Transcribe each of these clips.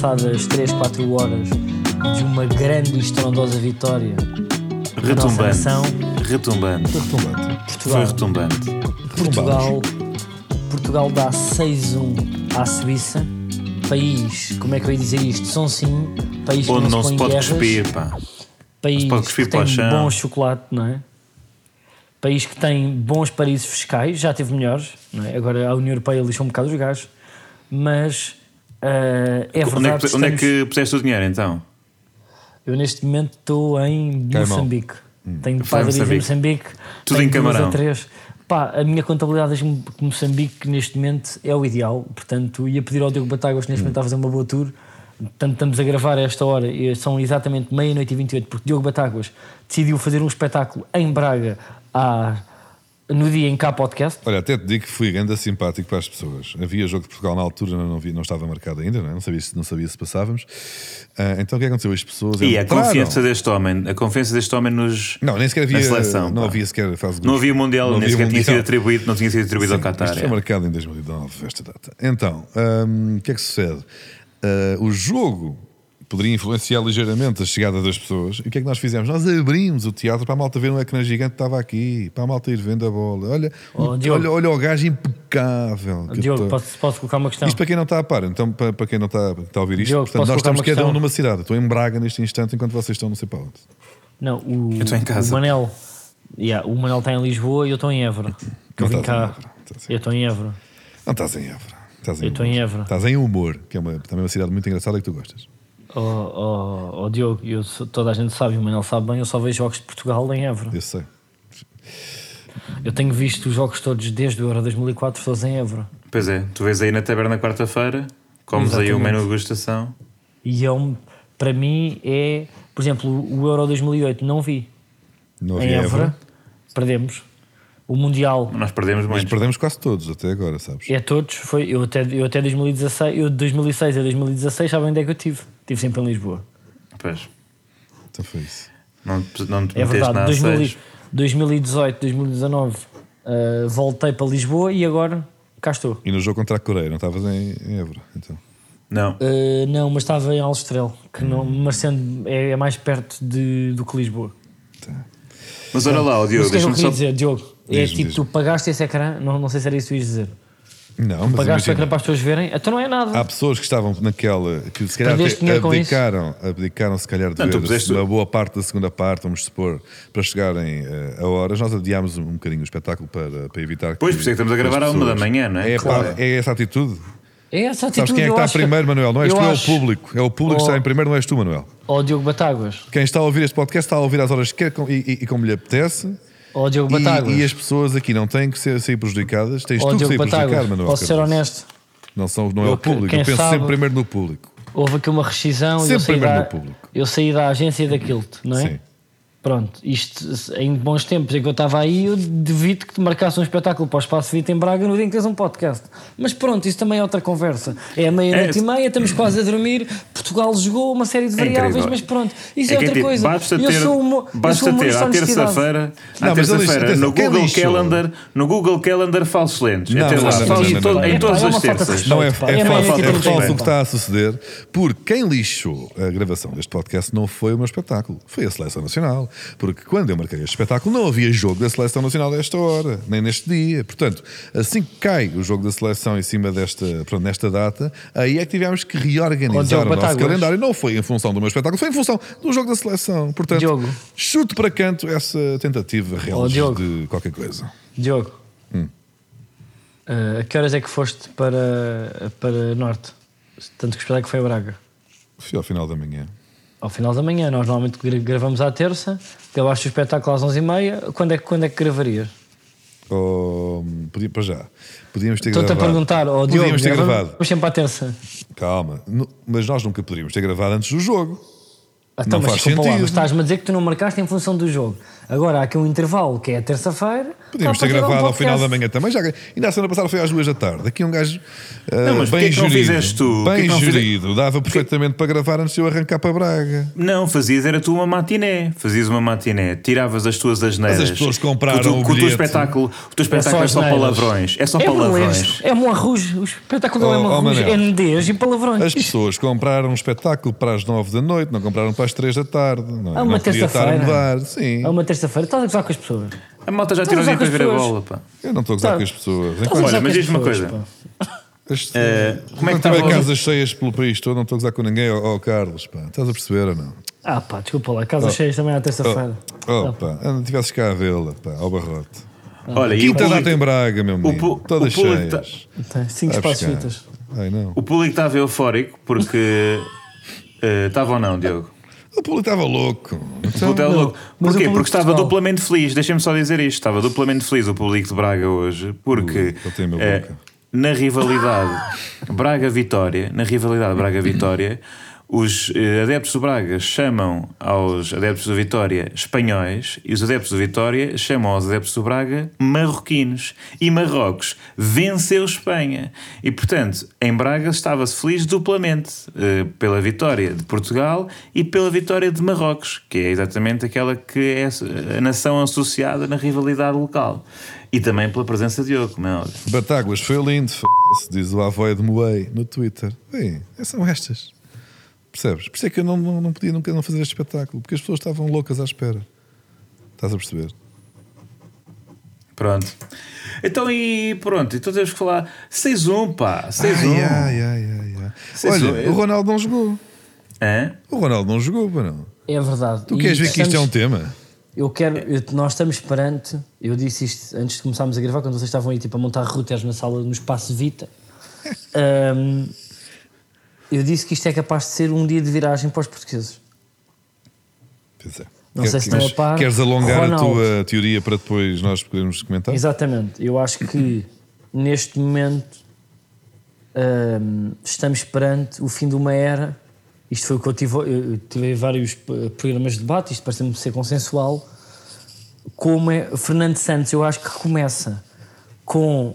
passadas 3, 4 horas de uma grande e estrondosa vitória. Retumbante. Foi retumbante. Portugal dá 6-1 à Suíça. País, como é que eu ia dizer isto? Sonsinho. País onde que não se pode cuspir, País que tem chão. bom chocolate, não é? País que tem bons paraísos fiscais, já teve melhores, não é? Agora a União Europeia lixou um bocado os gajos, mas é verdade. Onde é que puseste o dinheiro então? Eu neste momento estou em Moçambique. Tenho padarias em Moçambique. Tudo em Camarão. Pá, a minha contabilidade de Moçambique neste momento é o ideal. Portanto, ia pedir ao Diogo Batáguas que neste momento está a fazer uma boa tour. Portanto, estamos a gravar a esta hora e são exatamente 00:28, porque Diogo Batáguas decidiu fazer um espetáculo em Braga no dia em cá podcast. Olha, até te digo que fui ainda simpático para as pessoas. Havia jogo de Portugal na altura, não estava marcado ainda, não sabia se passávamos. Então o que aconteceu? As pessoas e a confiança deste homem nos. Não, nem sequer havia seleção. Não havia sequer fase de grupos. Não havia Mundial, nem sequer tinha sido atribuído, não tinha sido atribuído ao Qatar. Isto foi marcado em 2009, esta data. Então, o que é que sucede? O jogo poderia influenciar ligeiramente a chegada das pessoas. E o que é que nós fizemos? Nós abrimos o teatro para a malta ver um ecrã gigante que estava aqui, para a malta ir vendo a bola. Olha o gajo impecável. Diogo, posso colocar uma questão? Isto para quem não está a par, então para quem não está a ouvir isto, Diogo, portanto, nós estamos cada um numa cidade. Estou em Braga neste instante, enquanto vocês estão não sei para onde. Não, eu estou em casa. O Manel está em Lisboa e eu estou em Évora. Eu vim cá. Eu estou em Évora. Não estás em Évora. Eu estou em Évora. Estás em Humor, que é também uma cidade muito engraçada que tu gostas. Diogo, toda a gente sabe, o Manel sabe bem, eu só vejo jogos de Portugal em Évora. Eu sei. Eu tenho visto os jogos todos desde o Euro 2004, todos em Évora. Pois é, tu vês aí na taberna quarta-feira, comes aí o menu de degustação. E para mim por exemplo, o Euro 2008 não vi. Não em Évora. Perdemos. O Mundial. Nós perdemos muito. Mas perdemos quase todos até agora, sabes? Todos. Eu até 2016, eu de 2006 a 2016, sabe onde é que eu estive? Estive sempre em Lisboa. Pois. Então foi isso. Não te é verdade. 2018, 2019 voltei para Lisboa e agora cá estou. E no jogo contra a Coreia, não estavas em Évora? Então. Não. Não, mas estava em Alstrel, que não, mas sendo, é mais perto do que Lisboa. Tá. Mas olha lá, Diogo. Mas o que é que eu queria dizer, Diogo? Diz-me. Tu pagaste esse ecrã, não sei se era isso que tu ias dizer. Não, mas pagaste o ecrã para as pessoas verem, então não é nada. Há pessoas que estavam naquela que se calhar abdicaram se calhar de ver uma boa parte da segunda parte, vamos supor, para chegarem a horas. Nós adiámos um bocadinho o espetáculo para evitar que. Pois, por isso é que estamos a gravar à 1:00, não é? É essa atitude. É essa atitude. Sabes quem é que está primeiro, Manuel? Não és tu, é o público. É o público que está em primeiro, não és tu, Manuel. Diogo Batáguas. Quem está a ouvir este podcast está a ouvir às horas que quer e como lhe apetece. Diogo Batáguas. E as pessoas aqui não têm que sair prejudicadas. Tens tu que sair prejudicado, Manuel. Posso ser honesto? Não é o público. Eu penso sempre primeiro no público. Houve aqui uma rescisão sempre primeiro no público. Eu saí da agência da Kilt, não é? Sim. Pronto, isto em bons tempos em que eu estava aí, eu devido que te marcasse um espetáculo para o Espaço Vita em Braga no dia em que tens um podcast. Mas pronto, isso também é outra conversa. É a 00:30, estamos quase a dormir. Portugal jogou uma série de variáveis, mas pronto, isso é outra coisa. Basta ter à terça-feira no Google Calendar falsos lentes. Em todas as terças. Não é falso o que está a suceder, porque quem lixou a gravação deste podcast não foi o meu espetáculo, foi a Seleção Nacional. Porque quando eu marquei este espetáculo não havia jogo da Seleção Nacional a esta hora, nem neste dia. Portanto, assim que cai o jogo da Seleção em cima nesta data, aí é que tivemos que reorganizar o nosso calendário. Não foi em função do meu espetáculo, foi em função do jogo da Seleção. Portanto, chute para canto essa tentativa real de qualquer coisa. Diogo, a que horas é que foste para Norte? Tanto que o espetáculo foi a Braga. Fui ao final da manhã. Ao final da manhã, nós normalmente gravamos à terça, acabaste o espetáculo às 11:30. Quando é que gravarias? Para já. Podíamos ter Estou-te gravado. a perguntar, Diogo, podíamos ter gravado. Vamos sempre à terça. Calma, mas nós nunca poderíamos ter gravado antes do jogo. Então, não faz sentido. Estás-me a dizer que tu não marcaste em função do jogo. Agora há aqui um intervalo que é a terça-feira. Podíamos ter gravado ao final da manhã também. Ainda a semana passada foi às 2 da tarde. Aqui um gajo bem gerido. Bem gerido. Dava perfeitamente para gravar antes de eu arrancar para Braga. Não, era tu uma matiné. Fazias uma matiné. Tiravas as tuas asneiras. Mas as pessoas compraram o teu espetáculo é só palavrões. É só palavrões. É Moarrujo. O espetáculo não é Moarrujo. É nudez e palavrões. As pessoas compraram um espetáculo para as 9 da noite, não compraram para as 3 da tarde. Não, é uma terça-feira. Sim. É uma terça-feira. Estás a gozar com as pessoas. A malta já tirou ali para ver a bola, pá. Eu não estou a gozar com as pessoas. Olha, mas diz-me uma coisa. Como é que estava casas cheias pelo país todo? Não estou a gozar com ninguém, Carlos, pá. Estás a perceber ou não? Pá, desculpa lá. Casas cheias também à terça-feira. Pá, não tivesses cá a vê-la, pá, ao barrote. Olha, Quinta data em Braga, meu menino. Todas cheias. Tem 5 espaços fitas. O público estava eufórico porque... Estava ou não, Diogo? O público estava louco. O público estava louco. Porquê? Porque estava duplamente feliz. Deixem-me só dizer isto. Estava duplamente feliz o público de Braga hoje. Porque na rivalidade Braga-Vitória, os adeptos do Braga chamam aos adeptos do Vitória espanhóis e os adeptos do Vitória chamam aos adeptos do Braga marroquinos. E Marrocos venceu Espanha. E, portanto, em Braga estava-se feliz duplamente pela vitória de Portugal e pela vitória de Marrocos, que é exatamente aquela que é a nação associada na rivalidade local. E também pela presença de Diogo, como é óbvio. Batáguas foi lindo, diz o avó de Moei no Twitter. Bem, são estas. Percebes? Por isso é que eu não podia nunca não fazer este espetáculo, porque as pessoas estavam loucas à espera. Estás a perceber? Pronto. Então temos que falar 6-1, pá. 6-1. Olha, o Ronaldo não jogou. Hã? O Ronaldo não jogou, pá, não. É verdade. Tu queres ver que isto é um tema? Nós estamos perante. Eu disse isto antes de começarmos a gravar, quando vocês estavam aí tipo, a montar routers na sala, no espaço Vita. Eu disse que isto é capaz de ser um dia de viragem para os portugueses. Pois é. Não sei se estão a par. Queres alongar Ronaldo, a tua teoria para depois nós podermos comentar? Exatamente. Eu acho que neste momento estamos perante o fim de uma era. Isto foi o que eu tive vários programas de debate, isto parece-me ser consensual. Como é Fernando Santos, eu acho que começa com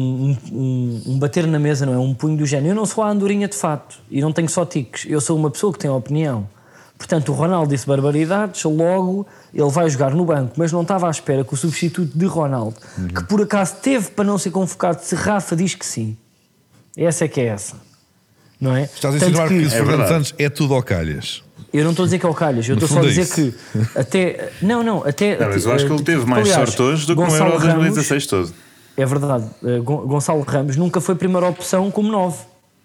um bater na mesa, não é? Um punho do género. Eu não sou a andorinha de fato e não tenho só tiques. Eu sou uma pessoa que tem opinião. Portanto, o Ronaldo disse barbaridades, logo ele vai jogar no banco, mas não estava à espera que o substituto de Ronaldo, que por acaso teve para não ser convocado, se Rafa diz que sim. Essa é que é essa. Não é? Estás a insinuar que Fernando Santos é tudo ao calhas. Eu não estou a dizer que é ao calhas, eu estou só a dizer que até... Não, mas eu acho que ele teve mais sorte hoje do que no Euro 2016 todo. É verdade, Gonçalo Ramos nunca foi primeira opção como 9.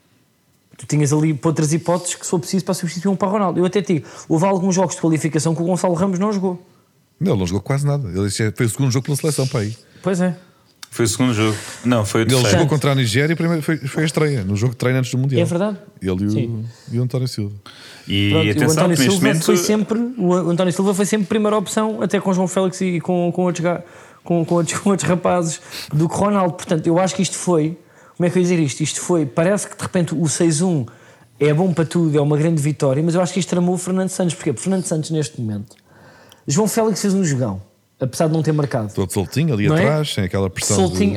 Tu tinhas ali outras hipóteses que se for preciso para substituir para Ronaldo. Eu até te digo, houve alguns jogos de qualificação que o Gonçalo Ramos não jogou. Não, ele não jogou quase nada. Ele foi o segundo jogo pela seleção para aí. Pois é. Foi o segundo jogo. Não, foi o terceiro. Ele jogou contra a Nigéria e primeiro foi a estreia, no jogo de treino antes do Mundial. É verdade. Ele e o António Silva. E pronto, atenção, o António neste Silva momento... o António Silva foi sempre primeira opção, até com o João Félix e com outros rapazes do que Ronaldo. Portanto, eu acho que isto foi... Como é que eu ia dizer isto? Isto foi... Parece que de repente o 6-1 é bom para tudo, é uma grande vitória, mas eu acho que isto tramou o Fernando Santos. Porquê? Porque Fernando Santos, neste momento... João Félix fez um jogão, apesar de não ter marcado. Todo soltinho ali atrás, sem aquela pressão. Soltinho,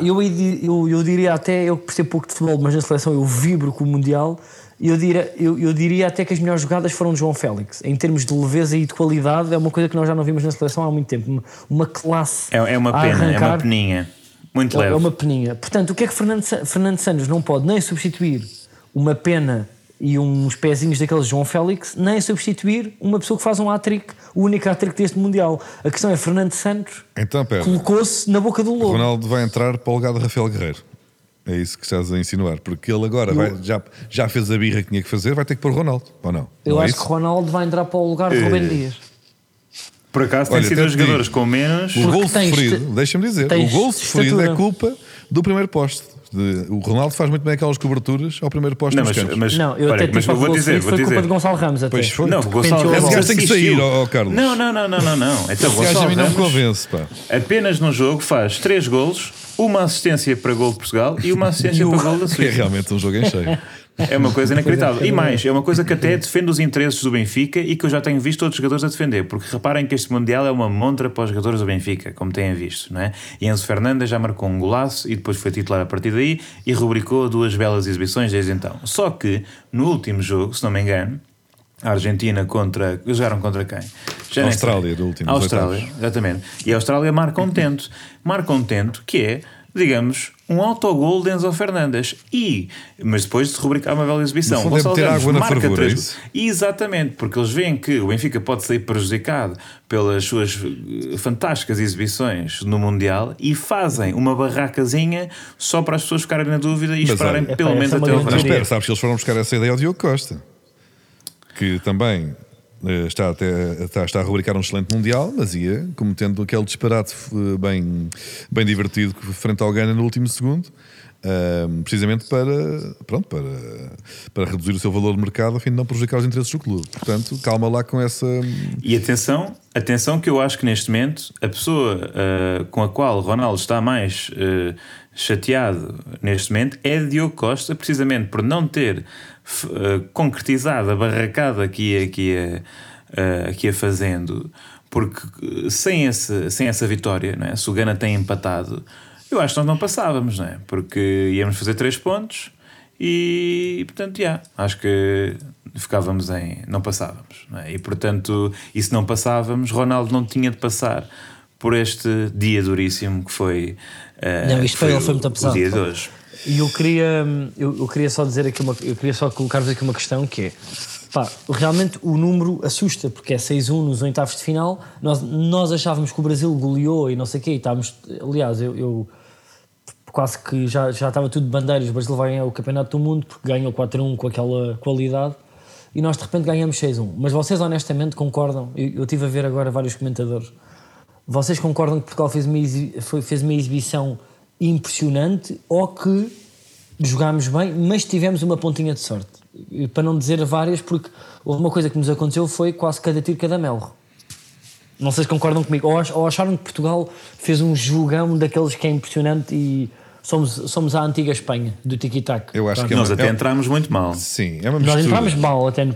eu diria até, eu que percebo pouco de futebol, mas na seleção eu vibro com o Mundial, eu diria até que as melhores jogadas foram de João Félix. Em termos de leveza e de qualidade, é uma coisa que nós já não vimos na seleção há muito tempo. Uma classe. É uma pena, arrancar, é uma peninha. Muito leve. É uma peninha. Portanto, o que é que Fernando Santos não pode nem substituir uma pena e uns pezinhos daqueles de João Félix, nem substituir uma pessoa que faz um hat-trick, o único hat-trick deste Mundial. A questão é Fernando Santos colocou-se na boca do lobo. Ronaldo vai entrar para o lugar de Rafael Guerreiro. É isso que estás a insinuar, porque ele agora já fez a birra que tinha que fazer, vai ter que pôr Ronaldo, ou não? Eu acho que Ronaldo vai entrar para o lugar de Rubén Dias. Por acaso tem sido os jogadores com menos... O gol sofrido, deixa-me dizer, o gol sofrido é culpa do primeiro poste. O Ronaldo faz muito bem aquelas coberturas ao primeiro poste dos campos. Mas eu vou dizer, foi culpa de Gonçalo Ramos até. Pois foi. Não, Gonçalo Ramos gajo tem que sair, Carlos. Não. Então, Gonçalo Ramos não me convence, pá. Apenas num jogo faz 3 golos, uma assistência para gol de Portugal e uma assistência para gol da Suíça. É realmente um jogo em cheio. É uma coisa inacreditável. E mais, é uma coisa que até defende os interesses do Benfica e que eu já tenho visto outros jogadores a defender, porque reparem que este Mundial é uma montra para os jogadores do Benfica, como têm visto, não é? E Enzo Fernandes já marcou um golaço e depois foi titular a partir daí e rubricou 2 belas exibições desde então. Só que, no último jogo, se não me engano, a Argentina jogaram contra quem? A Austrália, do último. A Austrália, exatamente. E a Austrália marca um tento. Marca um tento que é, digamos, um autogol de Enzo Fernandes. Mas depois de rubricar uma bela exibição. No fundo, é água na fervura, é isso? Exatamente, porque eles veem que o Benfica pode sair prejudicado pelas suas fantásticas exibições no Mundial e fazem uma barracazinha só para as pessoas ficarem na dúvida e esperarem pelo menos até ao Mas final. espera, sabes que eles foram buscar essa ideia ao Diogo Costa, que também está a rubricar um excelente Mundial, mas ia cometendo aquele disparate bem divertido frente ao Ghana no último segundo, precisamente para reduzir o seu valor de mercado a fim de não prejudicar os interesses do clube. Portanto, calma lá com essa... E atenção que eu acho que neste momento a pessoa com a qual Ronaldo está mais chateado neste momento é Diogo Costa, precisamente por não ter concretizado a barracada que ia fazendo, porque sem essa vitória, não é? Se o Ghana tem empatado, eu acho que nós não passávamos, não é? Porque íamos fazer 3 pontos e portanto, acho que ficávamos não passávamos, não é? E portanto, e se não passávamos, Ronaldo não tinha de passar por este dia duríssimo que foi, foi muito pesado, o dia de hoje. E eu queria só dizer aqui eu queria só colocar-vos aqui uma questão que é, realmente o número assusta, porque é 6-1 nos oitavos de final. Nós achávamos que o Brasil goleou e não sei o quê, e estávamos, aliás, eu quase que já estava tudo de bandeiras, o Brasil vai ganhar o campeonato do mundo porque ganhou 4-1 com aquela qualidade, e nós de repente ganhamos 6-1. Mas vocês honestamente concordam? Eu estive a ver agora vários comentadores, vocês concordam que Portugal fez uma exibição impressionante ou que jogámos bem, mas tivemos uma pontinha de sorte? E para não dizer várias, porque houve uma coisa que nos aconteceu, foi quase cada tiro, cada melro. Não sei se concordam comigo, ou acharam que Portugal fez um jogão daqueles que é impressionante e somos a antiga Espanha, do tiki-tac. Eu acho que nós até entramos muito mal. Sim, é uma mistura. Nós entramos mal até no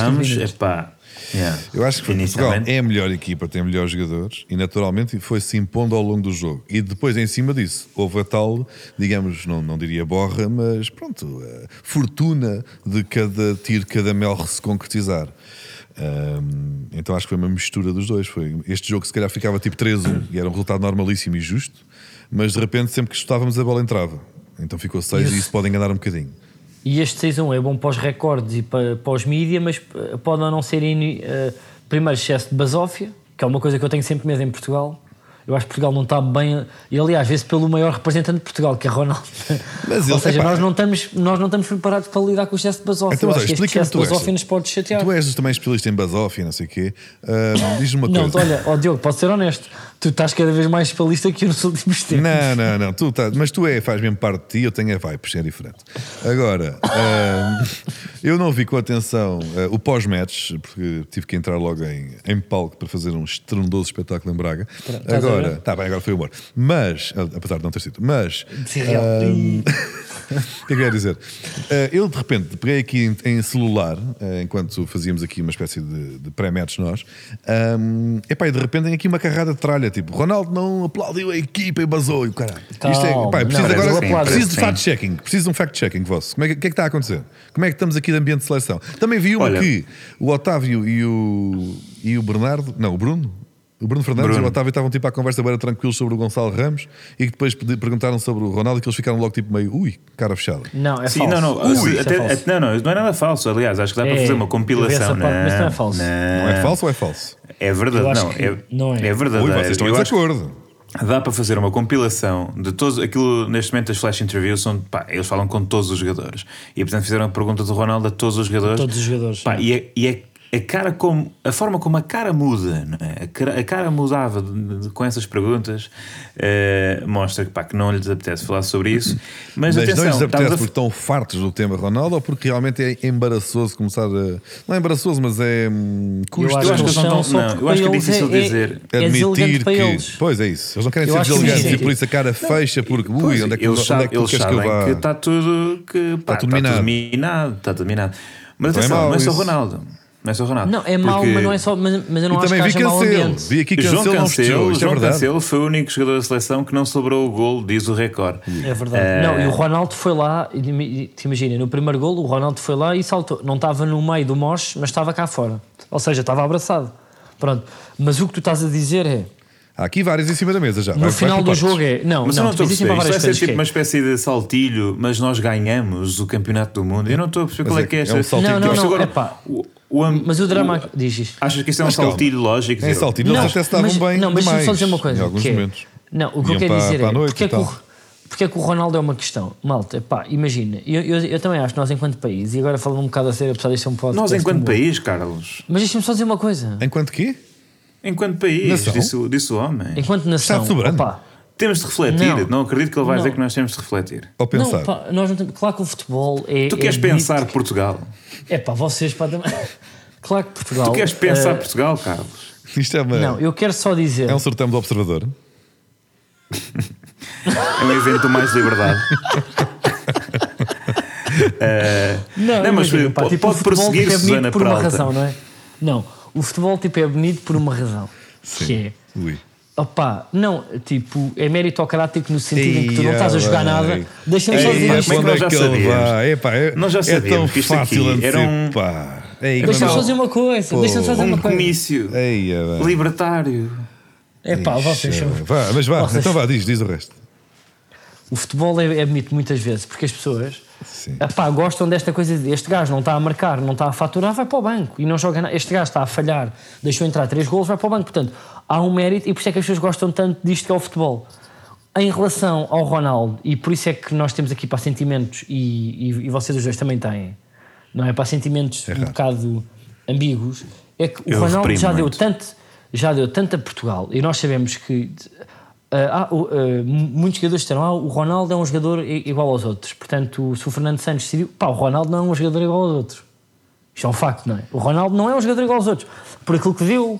Eu acho que Portugal é a melhor equipa, tem melhores jogadores e naturalmente foi-se impondo ao longo do jogo. E depois, em cima disso, houve a tal, digamos, não diria borra, mas pronto, a fortuna de cada tiro, cada melro se concretizar. Então acho que foi uma mistura dos dois. Este jogo se calhar ficava tipo 3-1 e era um resultado normalíssimo e justo, mas de repente sempre que chutávamos a bola entrava. Então ficou 6 e isso pode enganar um bocadinho. E este 6-1 é bom para os recordes e para os mídia, mas pode não ser primeiro excesso de basófia, que é uma coisa que eu tenho sempre medo em Portugal. Eu acho que Portugal não está bem, e aliás, vê-se pelo maior representante de Portugal, que é Ronaldo. Mas ou seja, nós não estamos preparados para lidar com o excesso de basófia. Então, eu acho que este excesso de basófia nos pode chatear. Tu és também especialista em basófia, não sei o quê. Diz-me uma coisa. Olha, Diogo, posso ser honesto, tu estás cada vez mais especialista que eu nos últimos tempos. Não, mas tu faz mesmo parte de ti, eu tenho a vibes, é diferente. Agora, eu não vi com atenção o pós-match, porque tive que entrar logo em palco para fazer um estrondoso espetáculo em Braga. Agora, agora foi humor. Mas, apesar de não ter sido, mas... O que é que eu ia dizer? Eu de repente peguei aqui em celular, enquanto fazíamos aqui uma espécie de pré-match nós, e de repente tem aqui uma carrada de tralha, tipo, Ronaldo não aplaudiu a equipa e basou, e o caralho. Preciso de fact-checking, preciso de um fact-checking vosso. O que é que está a acontecer? Como é que estamos aqui de ambiente de seleção? Também vi uma que o Otávio e o Bernardo, não, o Bruno Fernandes e o Otávio estavam tipo à conversa bem tranquilos sobre o Gonçalo Ramos e que depois perguntaram sobre o Ronaldo e que eles ficaram logo tipo meio cara fechada. Não, é falso. Não é nada falso. Aliás, acho que dá para fazer uma compilação. Mas não é falso. Não é falso ou é falso? É verdade, não é. É verdade. Vocês estão em desacordo. Dá para fazer uma compilação de todos aquilo. Neste momento as flash interviews eles falam com todos os jogadores e portanto fizeram a pergunta do Ronaldo a todos os jogadores. Todos os jogadores. a forma como a cara muda, não é? A cara mudava com essas perguntas, mostra que não lhes apetece falar sobre isso. Mas atenção, não lhes apetece porque estão fartos do tema Ronaldo ou porque realmente é embaraçoso começar a... Não é embaraçoso, mas é custo. Eu acho que é difícil dizer. Admitir para que... eles. Pois é isso. Eles não querem ser deselegantes e por isso a cara fecha porque... Ui, onde é que eles sabem que eu vá? que está tudo... Está tudo minado. Mas atenção, não é só Ronaldo. Não, é mau, mas não é só. Mas eu não acho que haja mau ambiente. Vi aqui João Cancelo foi o único jogador da seleção que não sobrou o golo, diz o recorde. É verdade. Não, e o Ronaldo foi lá, te imagina, no primeiro golo o Ronaldo foi lá e saltou. Não estava no meio do moche, mas estava cá fora. Ou seja, estava abraçado. Pronto. Mas o que tu estás a dizer é... Há aqui várias em cima da mesa já. No final do jogo é... Mas eu não estou a perceber. Isto vai ser tipo uma espécie de saltilho, mas nós ganhamos o campeonato do mundo. Eu não estou a perceber qual é que é esta... Mas o drama diz isto. Achas que isso é um saltilho lógico? É saltilho, eles até estavam bem. Não, mas deixa-me só dizer uma coisa. Em alguns momentos. Não, o que eu quero dizer é porque é que o Ronaldo é uma questão. Malta, imagina, eu também acho que nós enquanto país, e agora falando um bocado a sério, apesar de ser um podcast... Nós enquanto país, Carlos. Mas deixa-me só dizer uma coisa. Enquanto quê? Enquanto país, disse o homem. Enquanto nação, temos de refletir. Não acredito que ele vai dizer que nós temos de refletir. Ou pensar. Não, nós não temos, claro que o futebol é... Tu queres pensar Portugal? Vocês... Claro que Portugal... Tu queres pensar Portugal, Carlos? Isto é uma... Não, eu quero só dizer... É um certame do Observador? É um evento de mais liberdade. Mas pode prosseguir, Susana por uma Peralta. razão, não é? Não, o futebol é bonito por uma razão. Sim. Que é... Ui. é meritocrático no sentido em que tu não estás a jogar nada. Deixa-me só dizer isto. Como é que nós já sabíamos? Nós já sabíamos que isto aqui era Deixa-me só dizer uma coisa. Um comício libertário. Vocês são... Mas então diz o resto. O futebol é bonito muitas vezes porque as pessoas gostam desta coisa de este gajo não está a marcar, não está a faturar, vai para o banco e não joga nada. Este gajo está a falhar, deixou entrar 3 golos, vai para o banco. Portanto, há um mérito e por isso é que as pessoas gostam tanto disto que é o futebol. Em relação ao Ronaldo, e por isso é que nós temos aqui para sentimentos e vocês os dois também têm, não é? Para sentimentos um bocado ambíguos, é que o Ronaldo já deu tanto a Portugal e nós sabemos que muitos jogadores disseram o Ronaldo é um jogador igual aos outros, portanto se o Fernando Santos decidiu, o Ronaldo não é um jogador igual aos outros, isto é um facto, não é? O Ronaldo não é um jogador igual aos outros por aquilo que deu,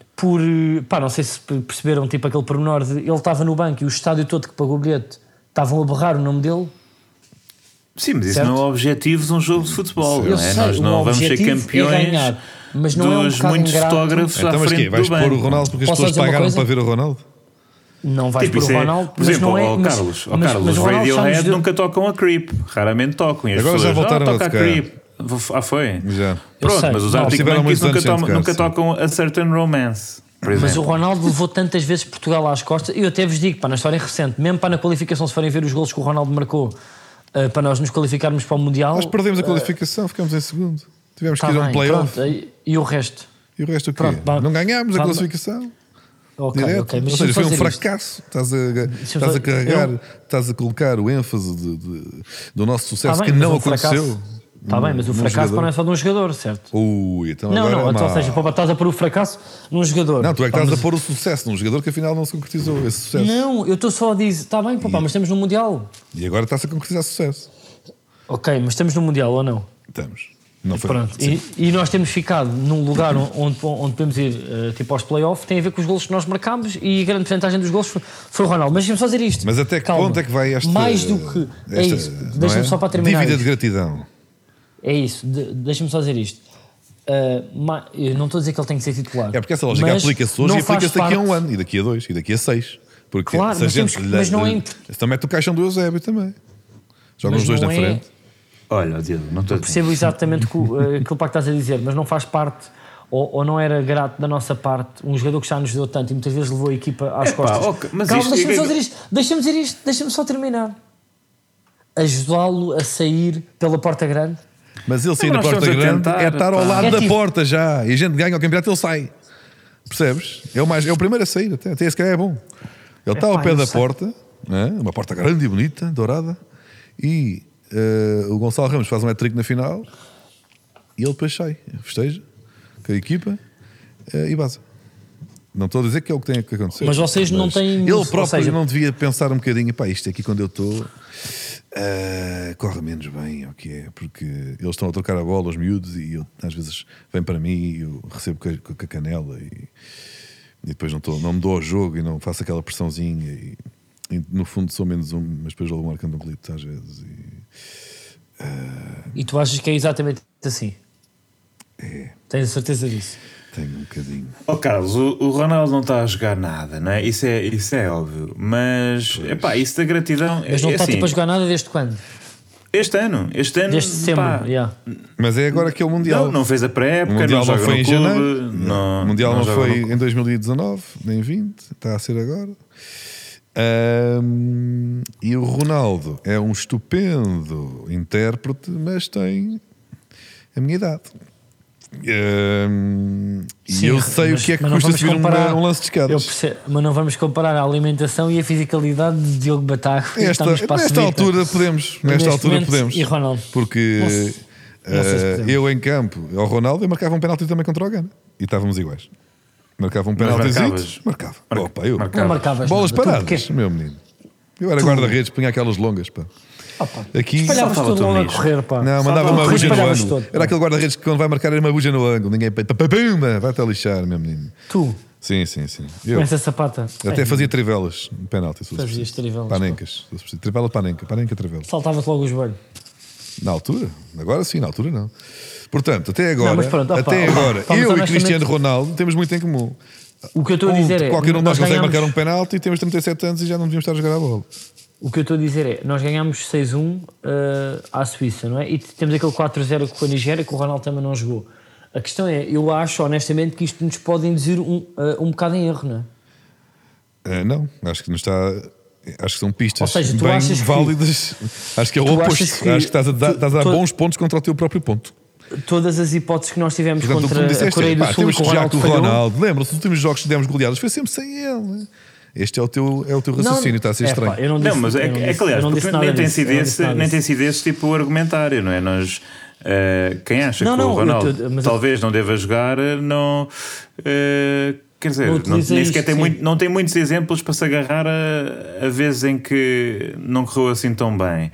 não sei se perceberam aquele pormenor de ele estava no banco e o estádio todo que pagou o bilhete estavam a berrar o nome dele. Sim, mas isso não é o objetivo de um jogo de futebol, não é? Nós não vamos ser campeões ganhar, mas não dos muitos fotógrafos à frente do vais banco. Pôr o Ronaldo porque as pessoas pagaram para ver o Ronaldo? Não vais pôr o Ronaldo, por exemplo, Carlos, os Radiohead nunca tocam a Creep, raramente tocam. Agora já voltaram a tocar. Creep. Foi? Já. Pronto, mas os Arctic Monkeys nunca tocam a Certain Romance. Mas o Ronaldo levou tantas vezes Portugal às costas, e eu até vos digo, na história recente, mesmo na qualificação, se forem ver os golos que o Ronaldo marcou para nós nos qualificarmos para o Mundial. Nós perdemos a qualificação, ficamos em segundo. Tivemos que ir a um play-off. E o resto? E o resto o quê? Não ganhámos a classificação. Ok, ou seja, foi um fracasso. Estás a carregar, estás a colocar o ênfase do nosso sucesso que não aconteceu. Está bem, mas o fracasso não é só de um jogador, certo? Então ou seja, estás a pôr o fracasso num jogador. Não, tu é que estás a pôr o sucesso num jogador que afinal não se concretizou esse sucesso. Não, eu estou só a dizer, está bem, mas estamos no Mundial. E agora está-se a concretizar sucesso. Ok, mas estamos no Mundial ou não? Estamos. Não foi. Pronto. E nós temos ficado num lugar onde podemos ir aos play-off, tem a ver com os golos que nós marcámos e a grande porcentagem dos golos foi o Ronaldo. Mas deixa-me só dizer isto. Mas até que ponto é que vai esta... Mais do que... é isso. Deixa-me só para terminar. Dívida de gratidão. É isso. Deixa-me só dizer isto. Eu não estou a dizer que ele tem que ser titular. É porque essa lógica aplica-se hoje e aplica-se daqui a 1 ano, e daqui a 2, e daqui a 6. Porque claro, mas não é... Então mete o caixão do Eusébio também. Jogam os dois na frente. Olha, Diego, não estou... Percebo exatamente aquilo que estás a dizer, mas não faz parte, ou não era grato da nossa parte, um jogador que já nos deu tanto e muitas vezes levou a equipa às costas. Mas calma, deixa-me só dizer isto. Deixa-me dizer isto. Deixa-me só terminar. Ajudá-lo a sair pela porta grande. Mas ele sair da porta grande é estar ao lado da porta já. E a gente ganha o campeonato, ele sai. Percebes? É o primeiro a sair, até esse cara é bom. Ele está ao pé da porta, uma porta grande e bonita, dourada, e o Gonçalo Ramos faz um hat-trick na final e ele depois sai, festeja. com a equipa e vaza. Não estou a dizer que é o que tem que acontecer. Mas vocês não têm... Ele próprio não devia pensar um bocadinho, pá, isto aqui quando eu estou corre menos bem, o que é? Porque eles estão a trocar a bola, os miúdos, e eu, às vezes vem para mim e eu recebo com a canela e depois não me dou ao jogo e não faço aquela pressãozinha e no fundo sou menos um, mas depois vou marcando um glitch às vezes. E tu achas que é exatamente assim? É. Tens a certeza disso? Tenho um bocadinho. Carlos, o Ronaldo não está a jogar nada, não é? Isso é óbvio. Mas, isso da gratidão... Mas não está tipo a jogar nada desde quando? Este ano. Desde setembro, yeah. Mas é agora que é o Mundial. Não fez a pré-época, o Mundial não foi em janeiro. O Mundial não foi em 2019, nem 20, está a ser agora. E o Ronaldo é um estupendo intérprete, mas tem a minha idade. Sim, e eu sei o que é que custa subir um lance de escadas. Mas não vamos comparar a alimentação e a fisicalidade de Diogo Batago. Nesta altura podemos. E Ronaldo. Porque eu em campo, ao Ronaldo, eu marcava um penalti também contra o Gana. E estávamos iguais. Marcava um penalti. Marcava. Não marcavas. Bolas paradas, meu menino. Eu era guarda-redes, punha aquelas longas, pá. Aqui espalhavas tudo logo a correr, pá. Não, mandava uma buja no ângulo. Era aquele guarda-redes que quando vai marcar era uma buja no ângulo. Ninguém vai-te a lixar, meu menino. Tu? Sim. Com essa sapata? Até fazia trivelas no penalti. Fazias trivelas. Panencas. Trivela, panenca, trivela. Saltava-te logo o joelho. Na altura? Agora sim, na altura não. Portanto, até agora, não, eu e Cristiano Ronaldo temos muito em comum. O que eu estou a dizer é... Qualquer um de nós consegue marcar um penalti e temos 37 anos e já não devíamos estar a jogar a bola. O que eu estou a dizer é, nós ganhámos 6-1 à Suíça, não é? E temos aquele 4-0 com a Nigéria, que o Ronaldo também não jogou. A questão é, eu acho honestamente que isto nos pode induzir um bocado em erro, não é? Não, acho que não está... Acho que são pistas. Ou seja, tu bem achas válidas. Acho que é o oposto. Acho que estás a dar bons pontos contra o teu próprio ponto. Todas as hipóteses que nós tivemos contra a Coreia do Sul, temos que jogar com o Ronaldo. Lembra-se, os últimos jogos que demos goleadas foi sempre sem ele, né? Este é o teu raciocínio, está a ser estranho. Mas é que aliás, nem tem sido esse tipo o argumentário, não é? Nós, quem acha que o Ronaldo talvez não deva jogar, não. Quer dizer, nem sequer não tem muitos exemplos para se agarrar a vezes em que não correu assim tão bem.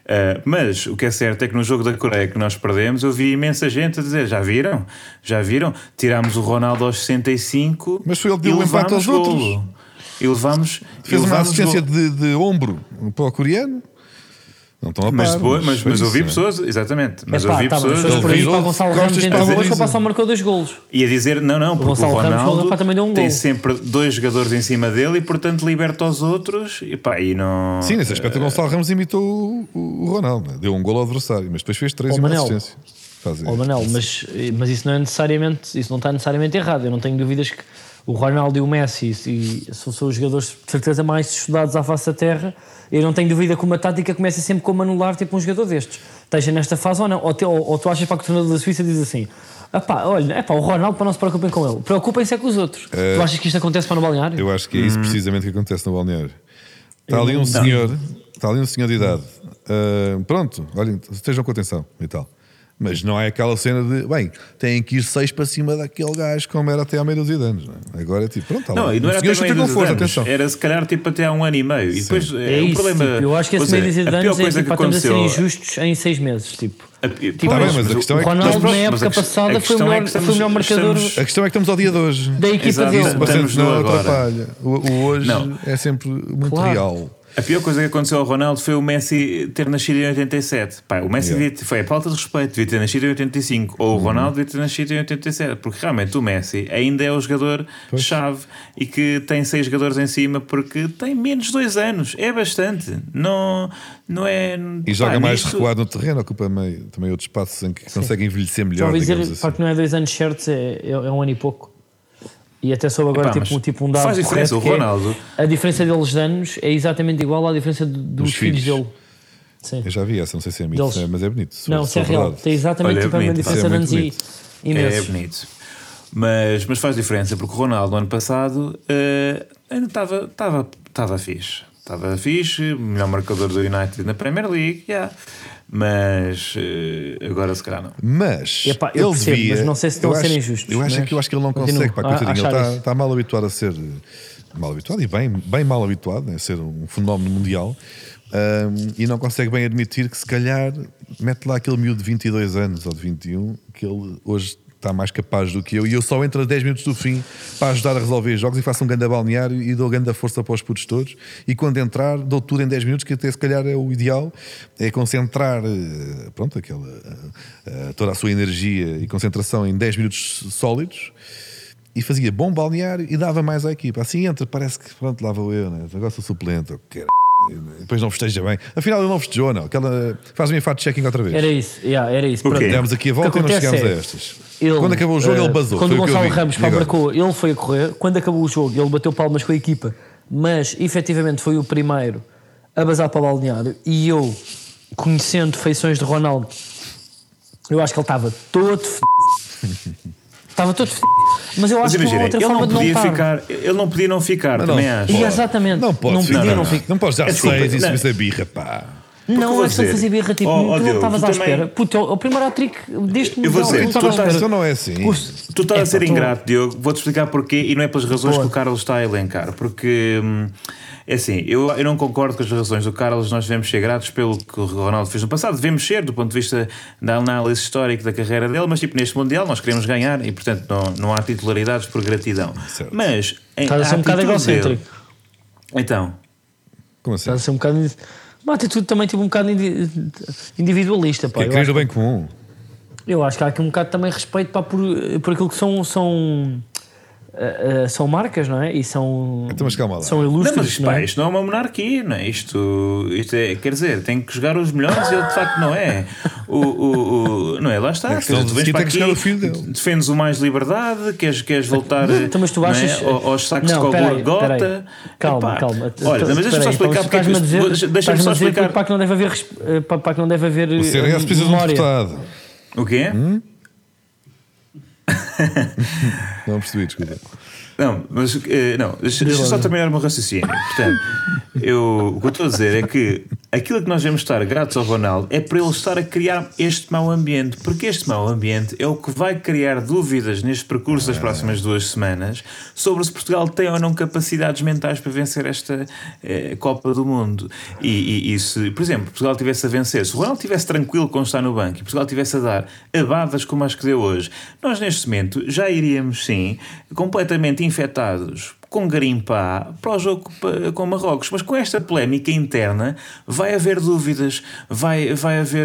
Mas o que é certo é que no jogo da Coreia que nós perdemos, eu vi imensa gente a dizer: já viram? Tirámos o Ronaldo aos 65, mas foi ele que deu o empate aos outros. E fez uma assistência de ombro para o coreano. Não estão a par, mas ouvi pessoas, exatamente. Mas ouvi pessoas por aí para o Gonçalo Ramos entrou hoje para passar marcou 2 golos. E a dizer, não, porque o Ronaldo tem sempre 2 jogadores em cima dele e portanto liberta os outros e não... Sim, nesse aspecto o Gonçalo Ramos imitou o Ronaldo, deu um golo ao adversário, mas depois fez 3 e uma assistência. Manel, mas isso não está necessariamente errado. Eu não tenho dúvidas que o Ronaldo e o Messi são os jogadores de certeza mais estudados à face da terra. Eu não tenho dúvida que uma tática começa sempre como anular tipo um jogador destes, esteja nesta fase ou não. Ou tu achas para que o treinador da Suíça diz assim: o Ronaldo, para não se preocupem com ele, preocupem-se com os outros. Tu achas que isto acontece para no balneário? Eu acho que é isso precisamente que acontece no balneário. Está ali um senhor de idade, pronto, olhem, estejam com atenção e tal. Mas não é aquela cena de, têm que ir 6 para cima daquele gajo como era até há meia dúzia de anos. Não é? Agora é tipo, pronto, não, e não era até meia dúzia de anos, era se calhar tipo até há 1 ano e meio. E depois o problema... Tipo, eu acho que esse meia dúzia de anos é tipo, estamos a ser injustos em 6 meses. Mas a questão o Ronaldo na época passada foi o melhor marcador. A questão é que estamos ao dia de hoje. Da equipa dele. Isso não atrapalha. O hoje é sempre muito real. A pior coisa que aconteceu ao Ronaldo foi o Messi ter nascido em 87. O Messi foi a falta de respeito, devia ter nascido em 85. Ou o Ronaldo devia ter nascido em 87. Porque realmente o Messi ainda é o jogador-chave e que tem 6 jogadores em cima porque tem menos 2 anos. É bastante. Não é... E joga mais recuado no terreno, ocupa também outros espaços em que consegue envelhecer melhor. Dizer, para que não é 2 anos certos, é 1 ano e pouco. E até soube agora tipo um dado faz diferença, correto, o Ronaldo. A diferença deles de anos é exatamente igual à diferença dos filhos dele. Sim. Eu já vi essa, não sei se é mito, mas é bonito. Não, se é real. Tem exatamente a mesma diferença de anos e imensos. É bonito. Mas faz diferença, porque o Ronaldo, no ano passado, ainda estava fixe. Estava fixe, melhor marcador do United na Premier League, Mas agora se calhar não. Mas Epá, eu ele percebo, devia, mas não sei se estão a ser injustos. Eu acho que ele não consegue, pá, coitadinho, achar ele isso. está mal habituado a ser mal habituado e bem mal habituado, né, a ser um fenómeno mundial, e não consegue bem admitir que se calhar mete lá aquele miúdo de 22 anos ou de 21 que ele hoje está mais capaz do que eu, e eu só entro a 10 minutos do fim para ajudar a resolver jogos e faço um grande balneário e dou grande força para os putos todos, e quando entrar dou tudo em 10 minutos, que até se calhar é o ideal, é concentrar pronto, toda a sua energia e concentração em 10 minutos sólidos, e fazia bom balneário e dava mais à equipa. Assim entra, parece que pronto, lá vou eu, né? Agora sou suplente, depois não festeja bem. Afinal ele não festejou, não. Faz-me em fact-checking outra vez. Era isso. Okay. Demos aqui a volta e não chegámos a estas. Quando acabou o jogo ele basou. Quando o Gonçalo Ramos marcou, ele foi a correr. Quando acabou o jogo ele bateu palmas com a equipa, mas efetivamente foi o primeiro a basar para o balneário, e eu, conhecendo feições de Ronaldo, eu acho que ele estava todo estava todo mas eu acho que não há outra forma de não estar. Ele não podia não ficar, também acho. Exatamente. Não podia não ficar. Não podes dar 6 e subir a birra, pá. Não, é só fazer birra, tipo, tu não estavas à espera. Puto, o primeiro hat-trick deste mundo. Eu vou dizer, tu não é assim. Tu estás a ser ingrato, Diogo. Vou-te explicar porquê, e não é pelas razões que o Carlos está a elencar. Porque, é assim, eu não concordo com as razões do Carlos. Nós devemos ser gratos pelo que o Ronaldo fez no passado. Devemos ser, do ponto de vista da análise histórica da carreira dele. Mas, tipo, neste Mundial nós queremos ganhar e, portanto, não há titularidades por gratidão. Certo. Mas, estás a ser um bocado egocêntrico. Então, como assim? Estás a ser um bocado... Uma atitude também tipo um bocado individualista, pá. Queres o bem comum? Eu acho que há aqui um bocado também respeito, pá, por aquilo que são marcas, não é? E são, então, mas calma lá. São ilustres. Não, mas pá, isto não é uma monarquia, não é? Isto é, quer dizer, tem que jogar os melhores e ele de facto não é. Não é? Lá está. Tu vens para aqui, defendes o mais liberdade, queres voltar então, mas tu achas... aos sacos de gota. Calma. Olha, mas deixa-me só explicar porque é que deixa-me só explicar para que não deve haver o CRS precisa de um deputado. O quê? Não percebi, desculpa. Não, mas deixa só terminar o meu raciocínio. Portanto, o que eu estou a dizer é que aquilo que nós devemos estar gratos ao Ronaldo é por ele estar a criar este mau ambiente, porque este mau ambiente é o que vai criar dúvidas neste percurso das próximas 2 semanas sobre se Portugal tem ou não capacidades mentais para vencer esta Copa do Mundo. E se, por exemplo, Portugal tivesse a vencer, se o Ronaldo estivesse tranquilo com estar no banco e Portugal estivesse a dar abadas como as que deu hoje, nós neste momento já iríamos sim completamente infectados com garimpa para o jogo com Marrocos, mas com esta polémica interna vai haver dúvidas, vai haver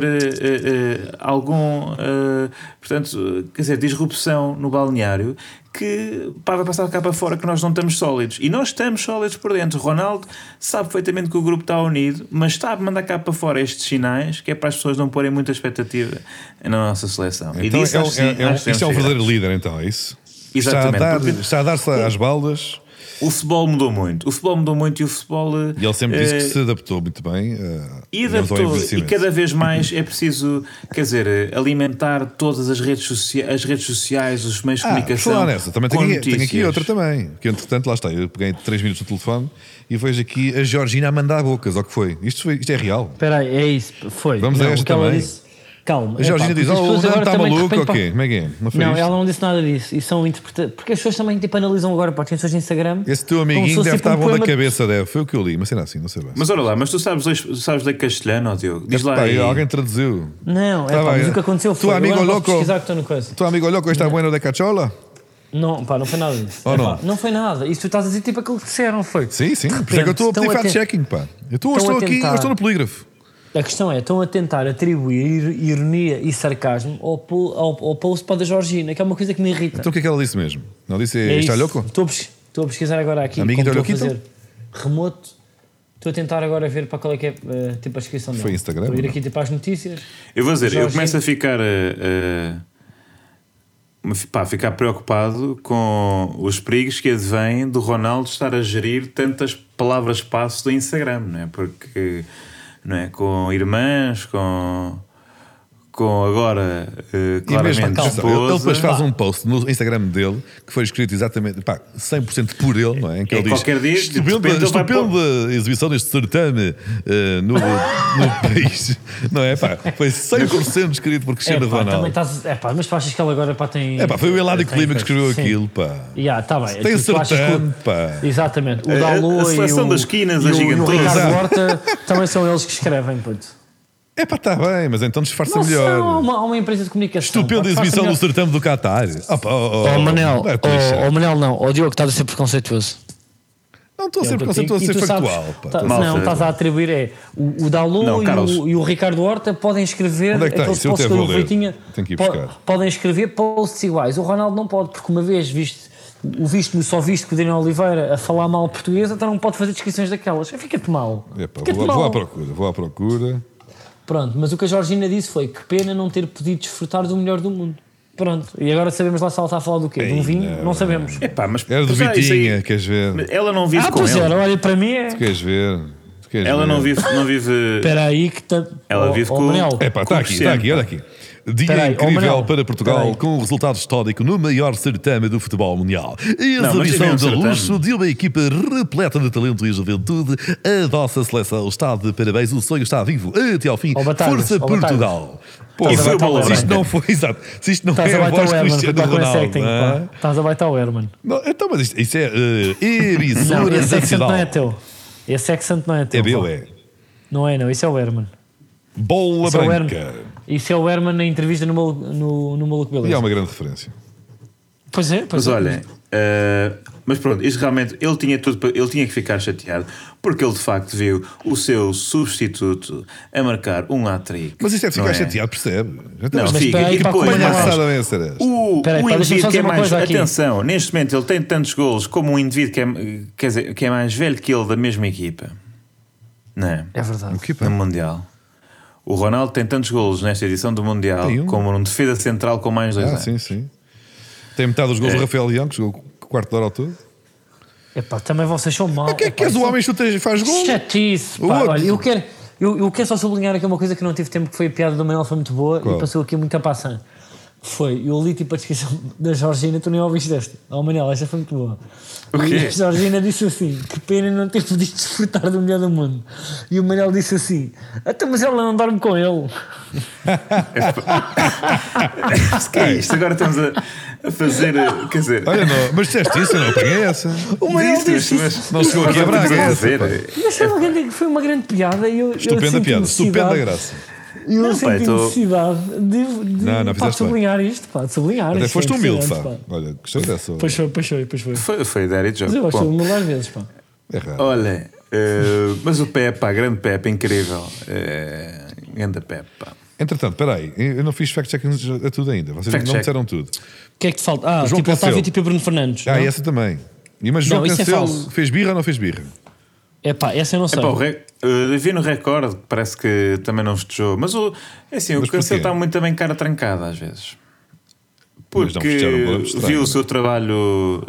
portanto, quer dizer, disrupção no balneário que vai passar cá para fora que nós não estamos sólidos. E nós estamos sólidos por dentro. Ronaldo sabe perfeitamente que o grupo está unido, mas está a mandar cá para fora estes sinais que é para as pessoas não porem muita expectativa na nossa seleção. Então, e disso isto é um verdadeiro líder, então, é isso? Exatamente. Está a dar-se às baldas. O futebol mudou muito. E o futebol... E ele sempre disse que se adaptou muito bem. E adaptou. E cada vez mais é preciso, quer dizer, alimentar todas as redes sociais, os meios de comunicação. Falar nessa, também tenho aqui outra também. Que entretanto, lá está, eu peguei 3 minutos no telefone e vejo aqui a Georgina a mandar bocas. Ou que foi? Isto é real. Espera aí, é isso. Foi. Vamos a esta também. Calma. A Georgina diz: o Nando está maluco ou quê? Como é que é? Não, ela não disse nada disso. E são porque as pessoas também tipo, analisam agora para as pessoas de Instagram. Esse teu amiguinho deve estar bom da cabeça, deve. Foi o que eu li, mas será assim, não sei bem. Mas olha lá, mas tu sabes ler castelhano, Diogo? Diz lá aí. Alguém traduziu. Não, mas o que aconteceu foi. Tu amigo louco está bueno de cachola? Não, pá, não foi nada disso. Não foi nada. Isso tu estás a dizer tipo aquilo que disseram, foi. Sim. Por isso é que eu estou a pedir fact-checking, pá. Eu estou aqui, eu estou no polígrafo. A questão é, estão a tentar atribuir ironia e sarcasmo ao post para da Georgina, que é uma coisa que me irrita. Então o que é que ela disse mesmo? Não disse está louco? Estou a pesquisar agora aqui. Amiga como estou a fazer remoto. Estou a tentar agora ver para qual é que é tipo a descrição dela. Foi Instagram? Estou a ir aqui tipo às notícias. Eu vou dizer, eu começo a ficar preocupado com os perigos que advêm do Ronaldo estar a gerir tantas palavras-passe do Instagram, não é? Porque... não é? Com irmãs, com com agora E mesmo, claramente atenção, ele depois esposa. faz um post no Instagram dele que foi escrito exatamente 100% por ele, não é? Em que ele diz: qualquer dia, de repente, ele vai estupenda exibição deste certame no país, não é? Pá, foi 100% escrito por Cristiano Ronaldo. Mas tu achas que ele agora tem. Foi o Eládio tem Clima que escreveu sim. aquilo, pá. Tá bem. Tem Tu achas que certame, pá. Exatamente. O Dalot a seleção e das esquinas, e a o gigantosa. Ricardo Horta também são eles que escrevem, puto. Está bem, mas então disfarça Não melhor. são, há uma empresa de comunicação. Estupenda exibição do certame do Qatar. Manel, Manel, não. O Diogo está a ser preconceituoso. não estou a ser preconceituoso, estou a ser factual. Não, estás a atribuir o Dalot e o Ricardo Horta podem escrever Onde é que está aqueles isso? Eu posts até que vou o ler. Vitinha Tenho que ir buscar. podem escrever posts iguais. O Ronaldo não pode, porque uma vez só visto com o Daniel Oliveira a falar mal português, então não pode fazer descrições daquelas. Fica-te mal. Vou à procura. Pronto, mas o que a Georgina disse foi que pena não ter podido desfrutar do melhor do mundo. Pronto, e agora sabemos lá se ela está a falar do quê? De um vinho? Não sabemos. Mas Era do Vitinha, queres ver? Ela não vive com pois ele. era, olha, para mim é. Queres ver? Ela não vive. Espera aí que está. Ela vive com. Manel. Está aqui, olha aqui. Dia Peraí, incrível Manel, para Portugal peraí. com um resultado histórico no maior certame do futebol mundial. Não, mas Exibição tivemos de certame. luxo de uma equipa repleta de talento e juventude. A vossa seleção está de parabéns, o sonho está vivo até ao fim. Batalhas, Força Portugal! Pô, Isso foi se isto não foi, exato, se isto não Estás é a a baitar voz o de Herman, Cristiano para com esse Ronaldo, acting, não é? pá. Estás a baitar o Herman. Não, então, mas isto é Não, emissora esse da accent não é cidade. teu. Esse accent não é teu. É meu, pá. é. Não é, não. Isso é o Herman. Bola Isso é o branca. Herman. Isso é o Herman na entrevista no Maluco Beleza. E é uma grande referência. Pois é. Mas olhem, mas pronto, isto realmente ele tinha que ficar chateado porque ele de facto viu o seu substituto a marcar um hat-trick. Mas isto é de ficar não chateado, percebe? Não, Mas fica. espera aí, E pá, depois, como é que Engraçado a vencer esta. o Espera aí, pá, deixa-me indivíduo só que é dizer uma mais. coisa aqui. Atenção, neste momento ele tem tantos golos como um indivíduo que é mais velho que ele da mesma equipa. Não é? É verdade. O que, pá? No Mundial. O Ronaldo tem tantos golos nesta edição do Mundial Tem um. como um defesa central com mais 2 anos. Sim. Tem metade dos gols do Rafael Leão, que jogou o quarto de hora ao todo. Epá, também vocês são maus. O que é que és o homem que faz gol? Chatice, O pá. outro. Olha, eu quero só sublinhar aqui uma coisa que não tive tempo, que foi a piada do Manuel, foi muito boa. Qual? E passou aqui muito a passar. Foi, eu li tipo a descrição da Georgina, tu nem ouviste esta. Manel, esta foi muito boa. O quê? E a Georgina disse assim: que pena não ter podido desfrutar do melhor do mundo. E o Manel disse assim: até mas ela não dorme com ele. Mas que é isto? Agora estamos a fazer. Quer dizer. Olha, não, mas disseste isso, eu não apanhei essa. O Manel disse isso. mas Não chegou aqui a Braga essa. pá. Mas foi uma grande piada. E eu Estupenda senti piada, necessidade- estupenda graça. Eu Não, senti pá, necessidade de Não, pá, fizeste sublinhar isto, pá, de sublinhar. Até isto foste é humilde, impressionante, pá. Olha, gostei dessa. Pois foi. Foi Daddy Joke. Mas eu gosto de Bom, humilde às vezes, pá. É raro. olha, mas o Pepe, pá, grande Pepe, incrível. Grande Pepe, pá. Entretanto, espera aí, eu não fiz fact-checking a tudo ainda. Vocês Fact não me check. disseram tudo. O que é que te falta? Ah, João tipo Cancelo. Otávio tipo Bruno Fernandes. E essa também. E mas João Não, isso é Cancelo falso. fez birra ou não fez birra? É pá, essa eu não sei. Epá, vi no recorde, parece que também não festejou. Mas é assim, Mas o Cancelo porquê? está muito também cara trancada às vezes. Mas não festejaram, Porque estranho, viu não o é? seu trabalho.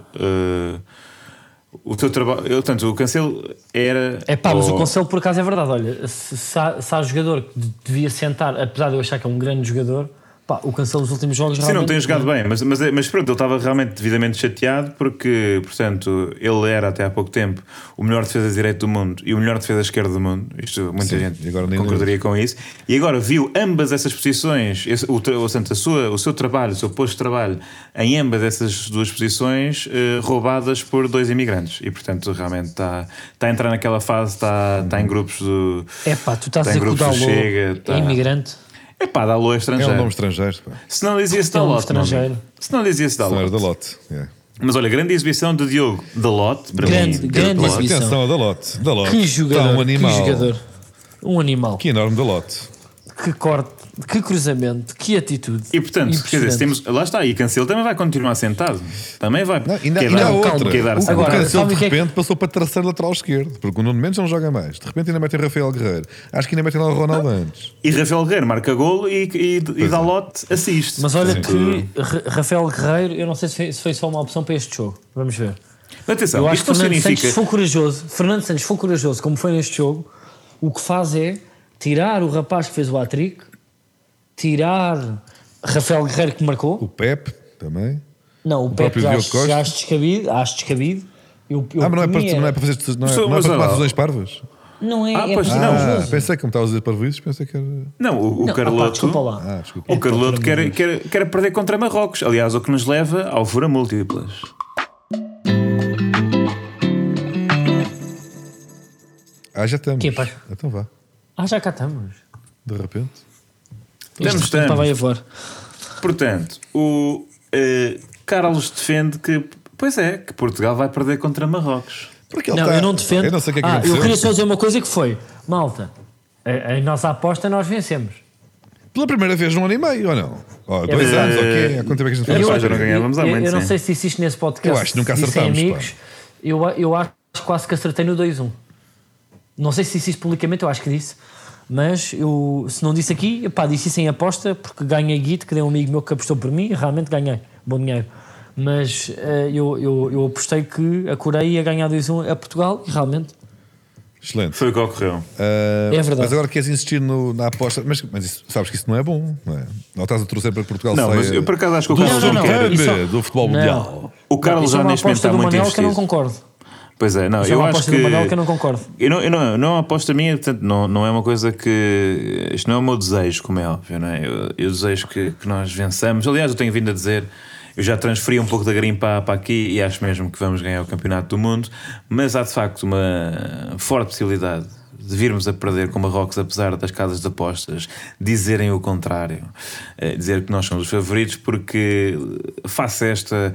O seu trabalho. Portanto, o Cancelo era. É pá, mas o Cancelo por acaso é verdade. Olha, se há jogador que devia sentar, apesar de eu achar que é um grande jogador, pá, o Cancelo nos últimos jogos Sim, não realmente- tem jogado bem, mas pronto, ele estava realmente devidamente chateado porque, portanto, ele era até há pouco tempo o melhor defesa direito do mundo e o melhor defesa esquerdo do mundo. Isto muita Sim, gente e agora nem concordaria com isso. E agora viu ambas essas posições, o seu trabalho, o seu posto de trabalho em ambas essas duas posições roubadas por 2 imigrantes. E, portanto, realmente está a entrar naquela fase, está em grupos do. É pá, tu estás a Tem dizer que o grupos do Dalot Chega, tá. é imigrante. É pá, Dalot é É estrangeiro. um nome estrangeiro. Pá. Se não dizia-se É um Dalot, estrangeiro. não. Se não dizia-se Não era Dalot. da Lotte. Yeah. Mas olha, grande exibição de Diogo Dalot. Para Grande, mim, grande Dalot. exibição. Atenção a da Lotte. Da Lotte. Que jogador, Está um animal. que jogador. Um animal. Que enorme da Lotte. Que corte, que cruzamento, que atitude. E portanto, quer dizer, se temos, lá está, e Cancelo também vai continuar sentado. Também vai. Não, ainda quer dar- há outra. calma. quer dar- O Agora, Cancelo sabe de o que é que- repente passou para terceiro lateral esquerdo, porque o Nuno Mendes não joga mais. De repente ainda metem Rafael Guerreiro. Acho que ainda metem lá o Ronaldo antes. E Rafael Guerreiro marca golo e é. Dalot assiste. Mas olha Portanto, que Rafael Guerreiro, eu não sei se foi só uma opção para este jogo. Vamos ver. atenção, Eu acho isto que não Fernando significa. Santos foi corajoso. Fernando Santos foi corajoso, como foi neste jogo. O que faz é tirar o rapaz que fez o hat-trick tirar Rafael Guerreiro, que marcou. O Pepe também. Não, o Pepe acho descabido. Mas não é para fazer confusões parvas? Não é. Pensei que me estavas a dizer parvoíces, pensei que era. Não, o Carloto. Desculpa lá. O Carloto quer perder contra Marrocos. Aliás, o que nos leva ao fura múltiplas. Já estamos. Então vá. Já cá estamos. De repente. Estamos. Estava aí a voar. Portanto, o Carlos defende que Portugal vai perder contra Marrocos. Porque eu não defendo. Eu não sei o que é que aconteceu. Eu queria só dizer uma coisa que foi: malta, a nossa aposta nós vencemos. Pela primeira vez num ano e meio, ou não? 2 anos, ok? Há quanto tempo é que a gente fez? Já não ganhávamos há muito. Eu não sei se disse isto nesse podcast. Eu acho que nunca acertámos. Amigos, eu acho que quase que acertei no 2-1. Não sei se disse isto publicamente, eu acho que disse. Mas eu, se não disse aqui, disse isso em aposta, porque ganhei guito, que deu um amigo meu que apostou por mim e realmente ganhei. Bom dinheiro. Mas eu apostei que a Coreia ia ganhar 2-1 a Portugal e realmente. Excelente. Foi o que ocorreu. É verdade. Mas agora queres insistir na aposta. Mas sabes que isso não é bom, não é? Não estás a torcer para Portugal não, saia. Mas eu por acaso acho que o Carlos não quer. Do futebol mundial. O Carlos já neste momento está muito investido. Que eu não concordo. Pois é, não, eu acho que eu não concordo. Não aposta minha, portanto, não é uma coisa que. Isto não é o meu desejo, como é óbvio, não é? Eu desejo que nós vençamos. Aliás, eu tenho vindo a dizer, eu já transferi um pouco da grimpa para aqui e acho mesmo que vamos ganhar o Campeonato do Mundo, mas há de facto uma forte possibilidade de virmos a perder com Marrocos, apesar das casas de apostas dizerem o contrário, dizer que nós somos os favoritos, porque face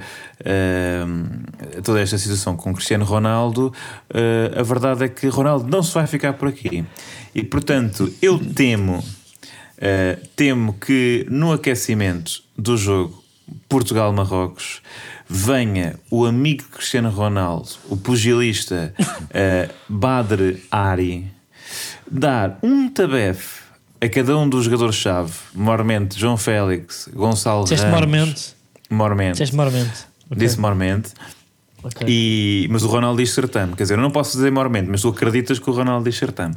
a toda esta situação com Cristiano Ronaldo, a verdade é que Ronaldo não se vai ficar por aqui. E portanto, eu temo que no aquecimento do jogo Portugal-Marrocos venha o amigo de Cristiano Ronaldo, o pugilista Badr Hari, dar um tabefe a cada um dos jogadores-chave, Mormente, João Félix, Gonçalo Ramos. Mormente. Disse Mormente. Okay. Mas o Ronaldo diz Sertame. Quer dizer, eu não posso dizer Mormente, mas tu acreditas que o Ronaldo diz Sertame.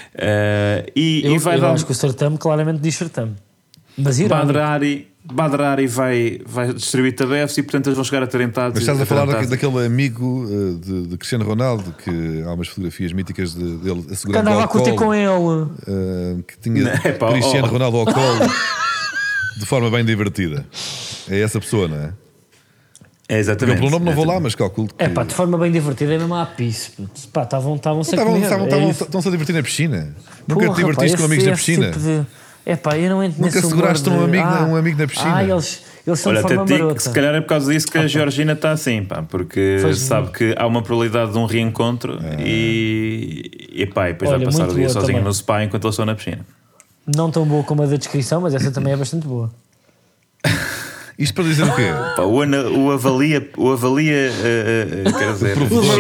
Eu acho que o Sertame claramente diz Sertame. Mas Badr Hari vai distribuir tabefes e portanto eles vão chegar atarentados. Mas estás a falar daquele amigo de Cristiano Ronaldo, que há umas fotografias míticas dele a segurar que andava a curtir com ele, que tinha Cristiano Ronaldo ao colo de forma bem divertida. É essa pessoa, não é? É exatamente. Eu pelo nome não vou lá, mas calculo que... de forma bem divertida é mesmo à pisse. Estavam-se a comer. Estão-se a divertir na piscina. Nunca te divertiste com amigos na piscina? Eu não entendo. Nunca seguraste um amigo na piscina? Eles são de forma marota. Se calhar é por causa disso que a Georgina está assim, porque sabe que há uma probabilidade de um reencontro e depois vai passar o dia sozinho no spa enquanto eles estão na piscina. Não tão boa como a da descrição, mas essa também é bastante boa. Isto para dizer o quê? O avalia quer dizer,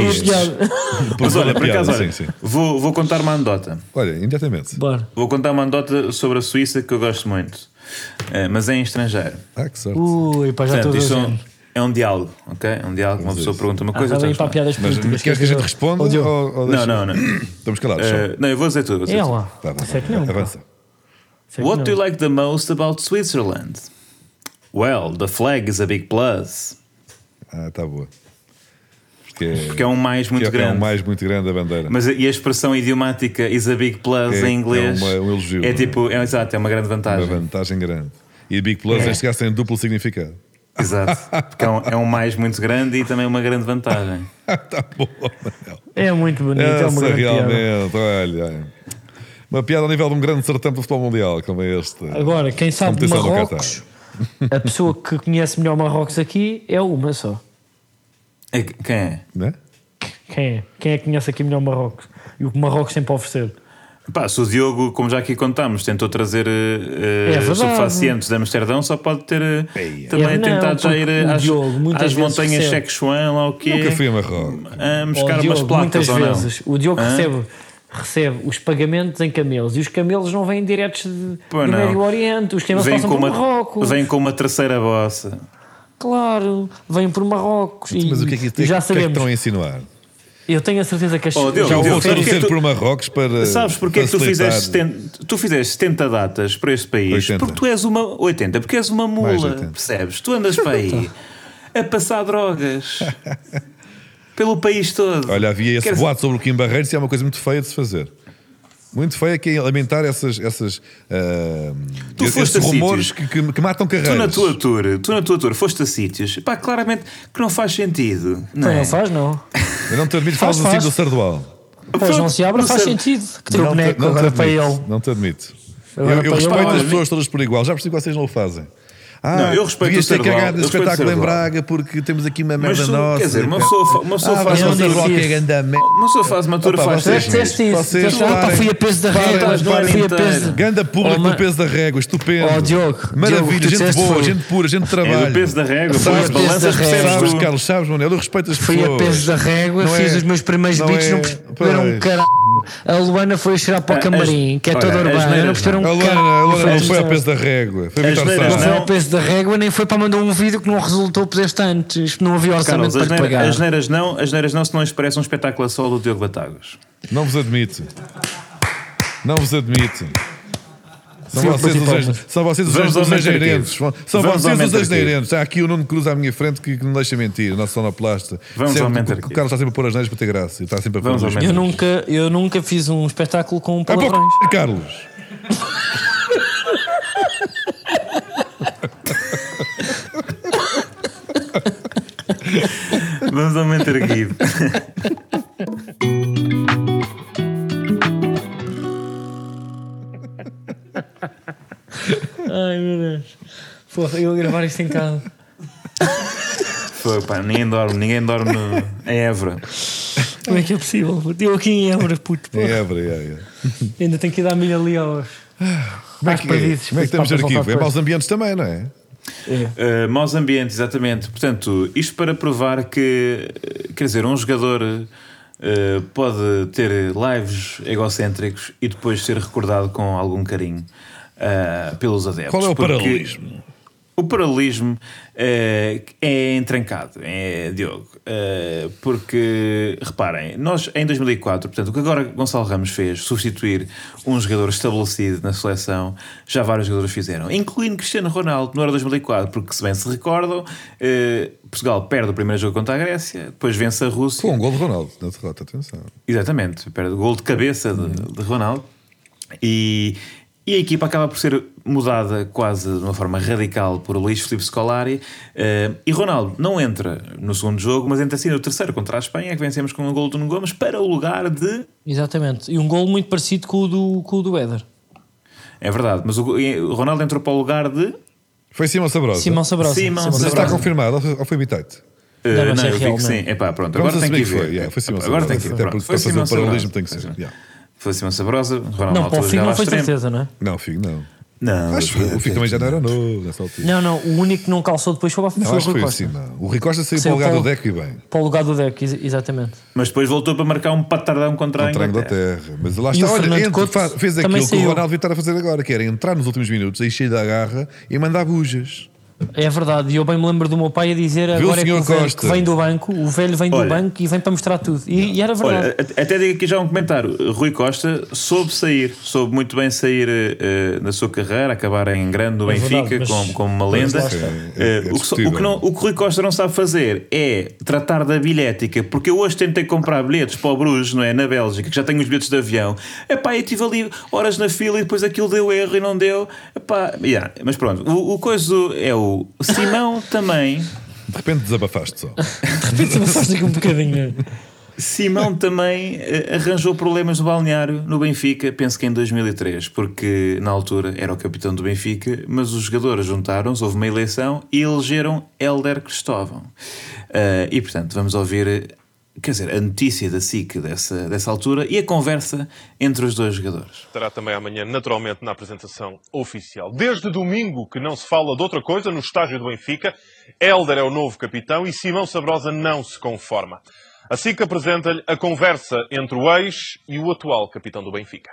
mas olha, por acaso, vou contar uma anedota. Olha, imediatamente. Bora. Vou contar uma anedota sobre a Suíça que eu gosto muito, mas é em estrangeiro. Que sorte. Já estou a ver. É um diálogo, ok? É um dialogo, uma pessoa pergunta uma coisa. Mas queres que a gente responda? Não. Estamos calados. Não, eu vou dizer tudo. Avança. What do you like the most about Switzerland? Well, the flag is a big plus. Está boa. Porque é um mais muito grande. É um mais muito grande a bandeira. Mas e a expressão idiomática is a big plus em inglês é um elogio. É tipo, exato, é uma grande vantagem. Uma vantagem grande. E big plus neste caso tem duplo significado. Exato. Porque é um mais muito grande e também uma grande vantagem. Está boa, Manel. É muito bonito. É uma grande realmente, piada. Olha. Uma piada ao nível de um grande certame do futebol mundial, como é este. Agora, quem sabe de Marrocos, a pessoa que conhece melhor Marrocos aqui é uma só. Quem é? Não é? Quem é que conhece aqui melhor Marrocos? E o que Marrocos tem para oferecer? Se o Diogo, como já aqui contámos, tentou trazer subfacientes de Amsterdão, só pode ter também tentado já ir às montanhas Checchuan, lá o quê? Nunca fui a Marrocos. Buscar umas placas ou não? O Diogo recebe os pagamentos em camelos e os camelos não vêm diretos do Médio Oriente, os camelos passam por Marrocos. Vêm com uma terceira bossa. Claro, vêm por Marrocos. Mas o que é que estão a insinuar? Eu tenho a certeza que já vou torcer por Marrocos para. Sabes porque é que tu fizeste 70 datas para este país? 80. Porque tu és uma. 80, porque és uma mula, percebes? Tu andas para aí a passar drogas pelo país todo. Olha, havia esse boato sobre o Kim Barreiros e é uma coisa muito feia de se fazer. Muito feia que é alimentar esses rumores que matam carreiras. Tu na tua tour foste a sítios, pá, claramente que não faz sentido. Não faz, não. Eu não te admito que falas assim do Sardual. Mas não se abre, faz sentido. Que tem o boneco agora para ele. Não te admito. Eu respeito as pessoas todas por igual. Já percebi que vocês não o fazem. Não, eu respeito devias ter cagado nesse espetáculo em Braga porque temos aqui uma merda nossa. Quer dizer, uma pessoa faz uma tour faz fui a peso da régua. Ganda público no peso da régua, estupendo. Diogo, maravilha, gente boa, gente pura, gente de trabalho. O peso da régua, sabes, balanças, sabes, Carlos, sabes, Manuel, eu respeito as pessoas. Fui a peso da régua, fiz os meus primeiros beats, não perceberam um caralho. A Luana foi a cheirar para o camarim, que é toda urbana. Não perceberam um caralho. A Luana não foi a peso da régua, foi Vitor Sá. Não foi a peso da régua, nem foi para mandar um vídeo que não resultou por este antes, não havia orçamento para te pagar. As neiras não, se não lhes parece um espetáculo a solo do Diogo Batáguas. Não vos admito. São vocês os asneirentes. São vocês os asneirentes. Há aqui o Nuno Cruz à minha frente que não deixa mentir, o nosso sonoplasta. O Carlos está sempre a pôr as neiras para ter graça. Está sempre a pôr eu nunca fiz um espetáculo com palavrões. Carlos. Vamos aumentar aqui. Ai meu Deus. Porra, eu a gravar isto em casa. Foi, pá, ninguém dorme em Évora. Como é que é possível? Eu aqui em Évora, puto. Em Évora, Ainda tenho que ir dar milha ali aos. Como é que estamos arquivo? É maus ambientes também, não é? Maus ambientes, exatamente. Portanto, isto para provar que, quer dizer, um jogador pode ter lives egocêntricos e depois ser recordado com algum carinho pelos adeptos. Qual é o paralelismo? O paralelismo é entrancado, Diogo, porque, reparem, nós em 2004, portanto, o que agora Gonçalo Ramos fez, substituir um jogador estabelecido na seleção, já vários jogadores fizeram, incluindo Cristiano Ronaldo, no Euro 2004, porque, se bem se recordam, Portugal perde o primeiro jogo contra a Grécia, depois vence a Rússia. Foi um gol de Ronaldo na derrota, atenção. Exatamente, perde o gol de cabeça de Ronaldo e a equipa acaba por ser mudada quase de uma forma radical por Luís Filipe Scolari e Ronaldo não entra no segundo jogo, mas entra assim no terceiro contra a Espanha, que vencemos com um gol do Nuno Gomes para o lugar de... Exatamente, e um gol muito parecido com o do Éder. É verdade, mas o Ronaldo entrou para o lugar de... Foi Simão Sabrosa. Mas está confirmado ou foi bitite? Não, eu vi que sim. Epá, pronto, agora tem que ver. Foi Simão Sabrosa. Até porque para fazer o paralelismo tem que ser. Foi Simão Sabrosa. Não, para o Figo não foi certeza, não é? Não, o Figo não. Não, acho que o Figo também já não era novo nessa altura. Não, o único que não calçou depois foi o Rui Costa. Assim, o Rui Costa saiu para o lugar do Deco e bem. Para o lugar do Deco, exatamente. Mas depois voltou para marcar um patardão contra a Inglaterra. Mas lá está, olha, fez aquilo que o Ronaldo devia estar a fazer agora, que era entrar nos últimos minutos, aí cheio da garra e mandar bujas. É verdade, e eu bem me lembro do meu pai a dizer agora é que o velho que vem do banco, o velho vem do banco e vem para mostrar tudo. E era verdade. Olha, até digo aqui já um comentário. Rui Costa soube muito bem sair na sua carreira, acabar em grande no Benfica, como uma lenda. O que Rui Costa não sabe fazer é tratar da bilhética, porque eu hoje tentei comprar bilhetes para o Bruges, não é? Na Bélgica, que já tenho os bilhetes de avião. Epá, eu estive ali horas na fila e depois aquilo deu erro e não deu. Epá, mas pronto, o coisa é o Simão também. De repente desabafaste só. De repente desabafaste aqui um bocadinho. Simão também arranjou problemas no balneário no Benfica, penso que em 2003, porque na altura era o capitão do Benfica, mas os jogadores juntaram-se, houve uma eleição e elegeram Hélder Cristóvão. E portanto vamos ouvir, quer dizer, a notícia da SIC dessa altura e a conversa entre os dois jogadores. Estará também amanhã, naturalmente, na apresentação oficial. Desde domingo que não se fala de outra coisa no estágio do Benfica. Hélder é o novo capitão e Simão Sabrosa não se conforma. A SIC apresenta-lhe a conversa entre o ex e o atual capitão do Benfica.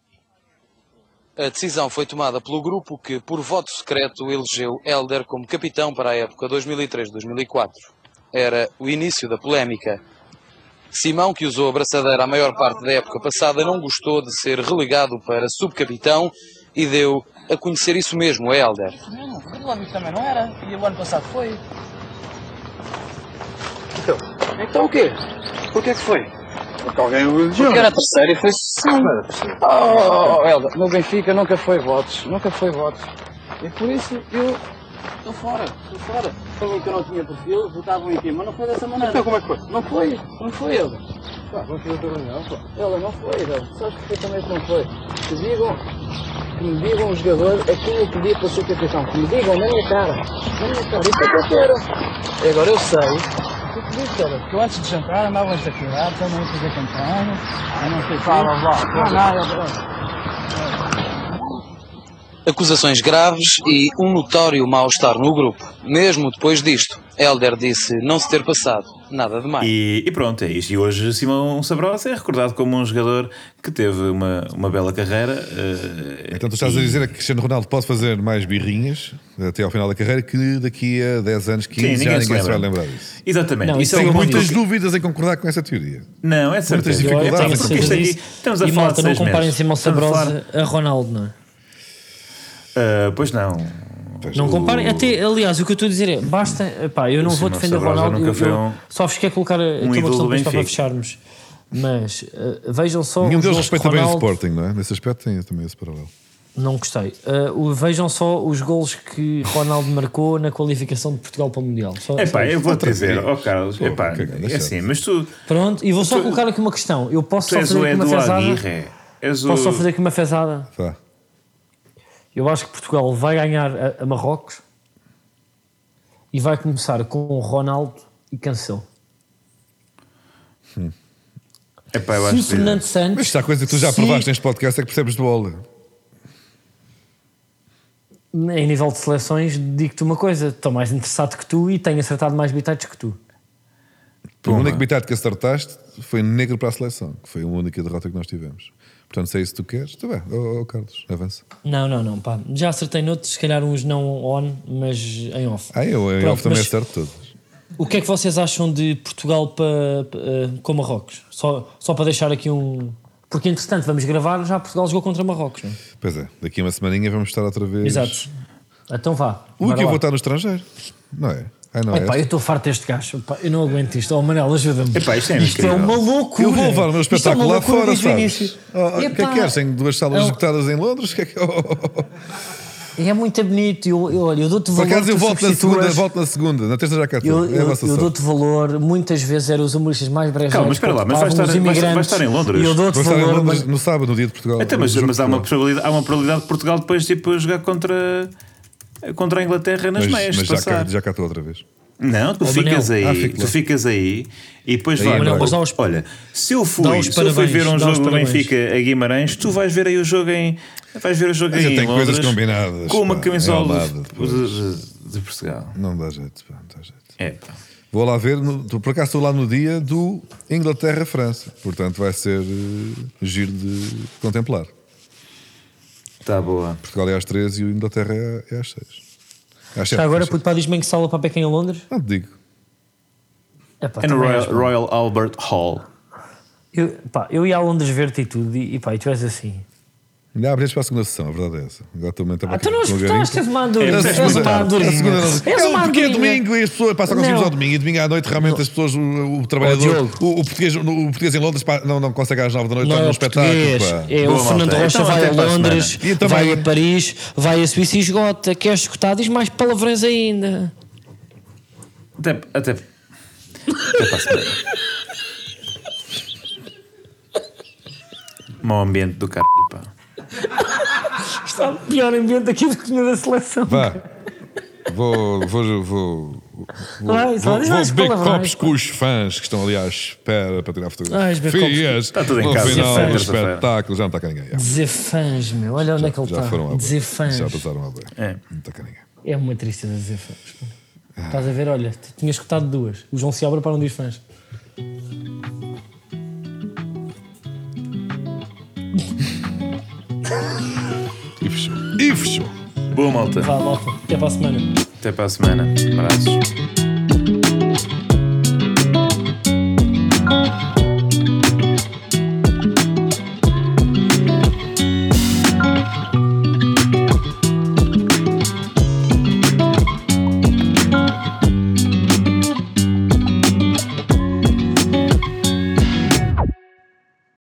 A decisão foi tomada pelo grupo que, por voto secreto, elegeu Hélder como capitão para a época 2003-2004. Era o início da polémica. Simão, que usou a braçadeira a maior parte da época passada, não gostou de ser relegado para subcapitão e deu a conhecer isso mesmo a Hélder. Não, o ano também não era, e o ano passado foi. Então o quê? Por que é que foi? Porque alguém o elegeu. Porque era terceiro e foi sucessão. Oh, Hélder, no Benfica nunca foi votos. E por isso eu estou fora. Falei que eu não tinha perfil, votavam em quem, mas não foi dessa maneira. Então como é que foi? Não foi, Hélder. Vamos fazer outra reunião, pô. Hélder, não foi, Hélder. Sabes perfeitamente que não foi. Que me digam os jogadores a quem eu pedi para ser capitão. Que me digam na minha cara. Isso é que eu quero. E agora eu sei. Porque eu antes de jantar andava a atividades, eu não ia fazer campanha, eu não sei Acusações graves e um notório mal-estar no grupo. Mesmo depois disto, Hélder disse não se ter passado nada demais. E pronto, é isto. E hoje Simão Sabrosa é recordado como um jogador que teve uma bela carreira. Então tu estás a dizer que Cristiano Ronaldo pode fazer mais birrinhas até ao final da carreira que daqui a 10 anos, 15 já ninguém se vai lembrar disso. Exatamente. Não, isso é Tenho um muitas ponto. dúvidas em concordar com essa teoria. Não, é certo. Muitas dificuldades. Porque isto aqui, estamos a E falar malta, de não 6 comparem meses. Simão Estamos a falar- Sabrosa a Ronaldo, não é? Pois não. Não comparem, até, aliás, o que eu estou a dizer é, basta, pá, eu não vou Simão defender o Sabrosa Ronaldo, nunca foi um só vos quero colocar aqui uma ídolo questão do depois para Benfica. fecharmos, mas vejam só Nenhum os deles gols que respeita bem o Ronaldo, Sporting, não é? Nesse aspecto tem também esse paralelo. não gostei, vejam só os gols que Ronaldo marcou na qualificação de Portugal para o Mundial. Só Eu vou te Outra dizer, vez. Carlos, Pô, cagando, é assim, certo. mas tu Pronto, e vou só colocar aqui uma questão, eu posso só és fazer o aqui uma Edu fezada, Aguirre. posso só fazer aqui uma fezada, Vá. eu acho que Portugal vai ganhar a Marrocos e vai começar com o Ronaldo e Cancelo. Eu Se acho o que Fernando Santos... Mas isto há coisa que tu já se- provaste neste podcast é que percebes de bola. Em nível de seleções, digo-te uma coisa: estou mais interessado que tu e tenho acertado mais bitites que tu. O único bitado que acertaste foi negro para a seleção, que foi a única derrota que nós tivemos. Portanto, se é isso que tu queres, está bem. Carlos, avança. Não, pá. Já acertei noutros, se calhar uns não on, mas em off. Eu em Pronto, off também mas acerto todos. o que é que vocês acham de Portugal com Marrocos? Só para deixar aqui um... Porque, entretanto, vamos gravar, já Portugal jogou contra Marrocos, não é? Pois é, daqui a uma semaninha vamos estar outra vez. Exato. Então vá. Que bora eu lá. vou estar no estrangeiro. Não é? Não é? Epá, eu estou farto deste gajo. Epá, eu não aguento isto. Manel, ajuda-me. Epá, isto é é incrível. uma loucura. Eu vou levar o meu Isto é espetáculo uma lá loucura fora, desde o sabes? início. O que é que Epá, queres? Tenho 2 salas é- esgotadas em Londres? Que é que... É muito bonito. Eu dou-te Por valor. acaso eu tu volto substituas- na segunda, na terça já cá estou. Eu, É a vossa eu sorte. dou-te valor, muitas vezes eram os humoristas mais breves. Calma, mas espera lá, mas vai estar em Londres? E eu dou-te Vou estar em valor. Londres no sábado, no dia de Portugal. Então, mas há uma probabilidade de Portugal depois jogar contra a Inglaterra nas meias. Mas de passar. já cá estou outra vez. Não, tu Oh, ficas Manel. aí, Fico lá. tu ficas aí e depois Aí, vai. Manel, mas dá os- Olha, se eu dá fui os ver parabéns, um dá os jogo do parabéns. Benfica a Guimarães, tu vais ver aí o jogo em. Vais ver o jogo Mas aí eu em tenho coisas Londres, combinadas, com uma pá, camisola em Almada, depois. de Portugal. Não dá jeito, pá, não dá jeito. É, pá. Vou lá ver, por acaso estou lá no dia do Inglaterra-França. Portanto vai ser giro de contemplar. Tá boa. Portugal é às 13 e o Inglaterra é às 6. Às 7. Já agora, puto, pá, diz-me em que sala para Pequim em Londres? Não te digo. Epá, É no também és, pá. Royal Albert Hall. Eu ia a Londres ver-te e tudo, e pá, e tu és assim. Ainda há bilhetes para a segunda sessão, a verdade é essa. Agora também estava Tu não escutaste, és uma andorinha. A És uma segunda andorinha. não. És É uma porque é andorinha. domingo e as pessoas passam conseguimos Não. ao domingo e domingo à noite realmente as pessoas, o trabalhador, Diogo. o português em Londres pá, não consegue às 9 da noite Não estar é num o espetáculo. português, Pá. é Boa, o Fernando malta. Rocha Então, vai até a para a Londres, semana. E também- vai a Paris, vai a Suíça e esgota. Queres escutar? Diz mais palavrões ainda. Até para a semana. Mau ambiente do caralho, pá. Está o pior ambiente aqui do que da seleção. Vá. Vou Vai, só diz mais beber palavrões, copos pá. com os fãs que estão ali à espera para tirar Vais beber fotografias. Está tudo em No casa, final é do terça-feira. espetáculo já não está cá ninguém. Dizer fãs, meu. Olha onde é que ele Já está. foram à Dizer boa. fãs. Já passaram à boa. É. Não está cá ninguém. É uma tristeza dizer fãs. Estás a ver? Olha, tinha escutado 2. O João Seabra para não dizer fãs. E fechou. Boa, malta. Vá, malta. Até para a semana. Até para a semana. Abraços.